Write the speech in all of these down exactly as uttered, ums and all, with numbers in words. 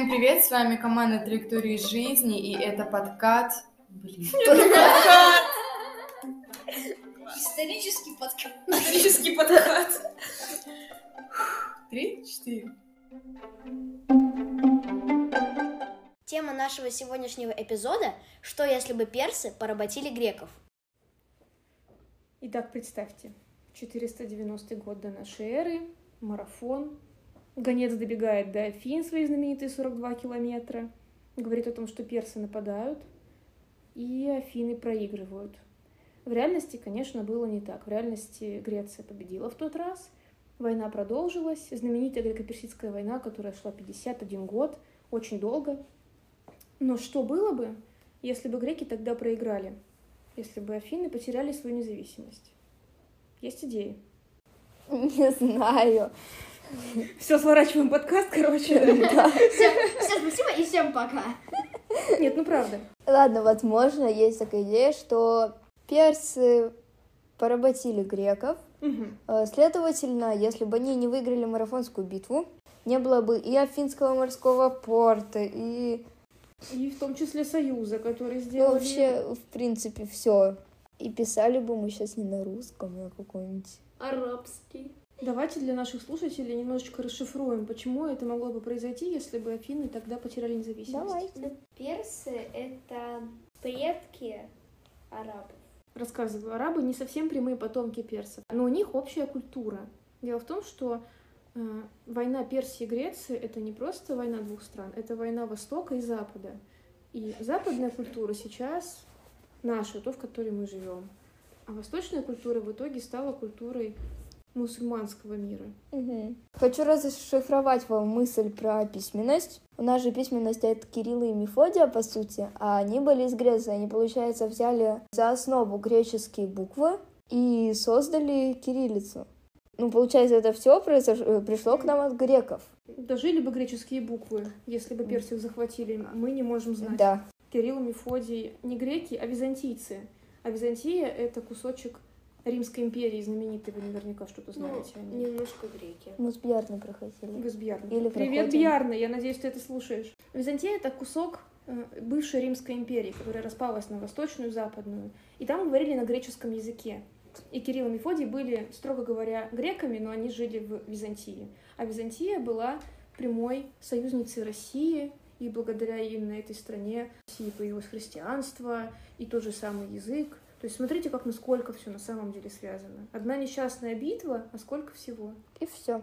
привет, с вами команда Траектории жизни, и это подкат... Блин. Исторический подкат. Исторический подкат. Три, четыре. Тема нашего сегодняшнего эпизода – что если бы персы поработили греков? Итак, представьте, четыреста девяностый год до нашей эры, марафон. Гонец добегает до Афин, свои знаменитые сорок два километра, говорит о том, что персы нападают, и Афины проигрывают. В реальности, конечно, было не так. В реальности Греция победила в тот раз, война продолжилась, знаменитая греко-персидская война, которая шла пятьдесят один год, очень долго. Но что было бы, если бы греки тогда проиграли, если бы Афины потеряли свою независимость? Есть идеи? Не знаю. Все, сворачиваем подкаст, короче. Всем спасибо и всем пока. Нет, ну правда. Ладно, возможно, есть такая идея, что персы поработили греков. Угу. Следовательно, если бы они не выиграли марафонскую битву, не было бы и Афинского морского порта, и... И в том числе Союза, который Ну, сделали... вообще, в принципе, все. И писали бы мы сейчас не на русском, а на какой-нибудь... Арабский. Давайте для наших слушателей немножечко расшифруем, почему это могло бы произойти, если бы Афины тогда потеряли независимость. Давайте. Персы — это предки арабов. Рассказываю, арабы не совсем прямые потомки персов, но у них общая культура. Дело в том, что э, война Персии и Греции — это не просто война двух стран, это война Востока и Запада. И западная культура сейчас наша, то, в которой мы живем. А восточная культура в итоге стала культурой мусульманского мира. Угу. Хочу расшифровать вам мысль про письменность. У нас же письменность это Кирилла и Мефодия, по сути, а они были из Греции. Они, получается, взяли за основу греческие буквы и создали кириллицу. Ну, получается, это все произош... пришло к нам от греков. Дожили бы греческие буквы, если бы персы их захватили, мы не можем знать. Да. Кирилл и Мефодий не греки, а византийцы. А Византия — это кусочек Римской империи знаменитой, вы наверняка что-то знаете Ну, о ней. немножко греки. Мы с Бьярной проходили. Вы с Бьярной. Или Привет, проходим. Бьярна, я надеюсь, ты это слушаешь. Византия — это кусок э, бывшей Римской империи, которая распалась на восточную и западную. И там говорили на греческом языке. И Кирилл и Мефодий были, строго говоря, греками, но они жили в Византии. А Византия была прямой союзницей России, и благодаря им на этой стране в России появилось христианство и тот же самый язык. То есть смотрите, как насколько все на самом деле связано. Одна несчастная битва, а сколько всего. И все.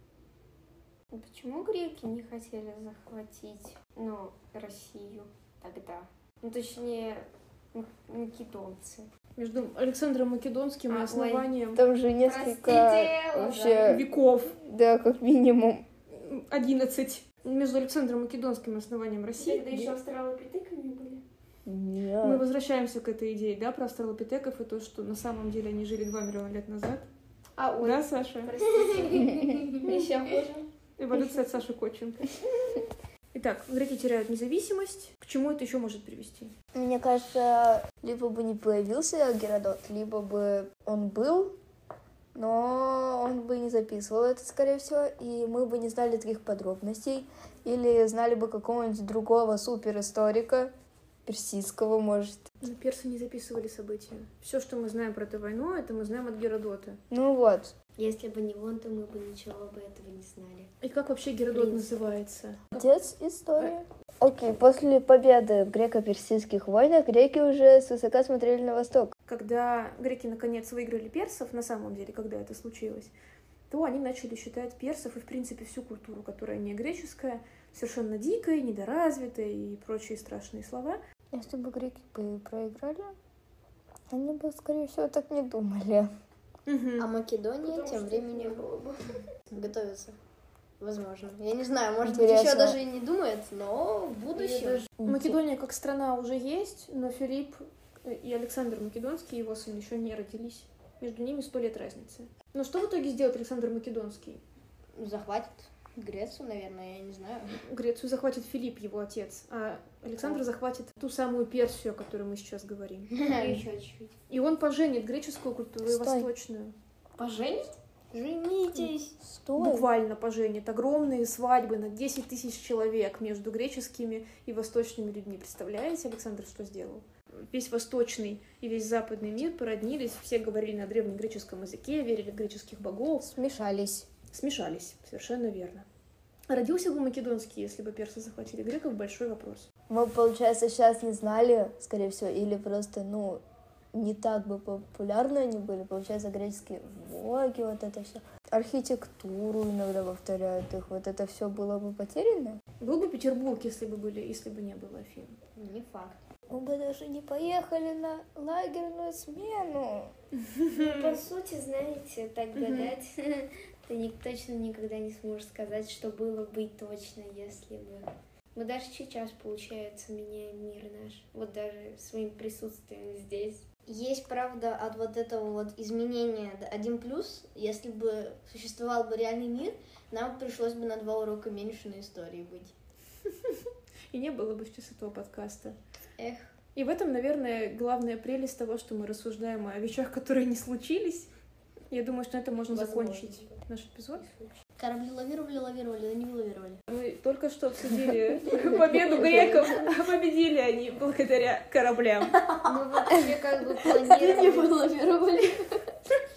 Почему греки не хотели захватить, ну, Россию тогда? Ну, точнее, м- македонцы. Между Александром Македонским и А, основанием Там же несколько Простите, вообще... веков, Да, как минимум. одиннадцать, между Александром Македонским и основанием России. Тогда еще австралопитеками были. Нет. Мы возвращаемся к этой идее, да, про австралопитеков и то, что на самом деле они жили два миллиона лет назад. А, ой, Да, Саша? простите. Еще хуже. Эволюция от Саши Коченко. Итак, греки теряют независимость. К чему это еще может привести? Мне кажется, либо бы не появился Геродот, либо бы он был, но он бы не записывал это, скорее всего, и мы бы не знали таких подробностей, или знали бы какого-нибудь другого суперисторика, персидского, может. Но персы не записывали события. Все, что мы знаем про эту войну, это мы знаем от Геродота. Ну вот. Если бы не он, то мы бы ничего бы этого не знали. И как вообще Геродот называется? Отец истории. Окей, после победы в греко-персидских войнах греки уже свысока смотрели на восток. Когда греки наконец выиграли персов, на самом деле, когда это случилось, то они начали считать персов и, в принципе, всю культуру, которая не греческая, совершенно дикой, недоразвитой и прочие страшные слова. Если бы греки бы проиграли, они бы, скорее всего, так не думали. А Македония Потому тем что временем готовится. Возможно. Я не знаю, может быть, Интересно. еще даже и не думает, но в будущем. Македония как страна уже есть, но Филипп и Александр Македонский, его сын, еще не родились. Между ними сто лет разницы. Но что в итоге сделает Александр Македонский? Захватит Грецию, наверное, я не знаю. Грецию захватит Филипп, его отец, а Александр захватит ту самую Персию, о которой мы сейчас говорим. Еще чуть-чуть. И он поженит греческую культуру и Стой. восточную. Поженить? Женить. Согласитесь. Стой. Буквально поженят. Огромные свадьбы на десять тысяч человек между греческими и восточными людьми. Представляете, Александр что сделал? Весь восточный и весь западный мир породнились, все говорили на древнегреческом языке, верили в греческих богов. Смешались. Смешались, совершенно верно. Родился бы Македонский, если бы персы захватили греков, большой вопрос. Мы, получается, сейчас не знали, скорее всего, или просто, ну, не так бы популярны они были. Получается, греческие боги, вот это все. Архитектуру иногда повторяют их. Вот это все было бы потеряно. Был бы Петербург, если бы были, если бы не было Афин. Не факт. Мы бы даже не поехали на лагерную смену. Ну, по сути, знаете, так гадать, ты ник- точно никогда не сможешь сказать, что было бы точно, если бы. Мы даже сейчас, получается, меняем мир наш. Вот даже своим присутствием здесь. Есть, правда, от вот этого вот изменения один плюс, если бы существовал бы реальный мир, нам пришлось бы на два урока меньше на истории быть. И не было бы сейчас этого подкаста. Эх. И в этом, наверное, главная прелесть того, что мы рассуждаем о вещах, которые не случились. Я думаю, что на этом можно Возможно. закончить наш эпизод. Корабли лавировали, лавировали, да не лавировали. Мы только что обсудили победу греков, а победили они благодаря кораблям. Мы вообще как бы планировали... лавировали.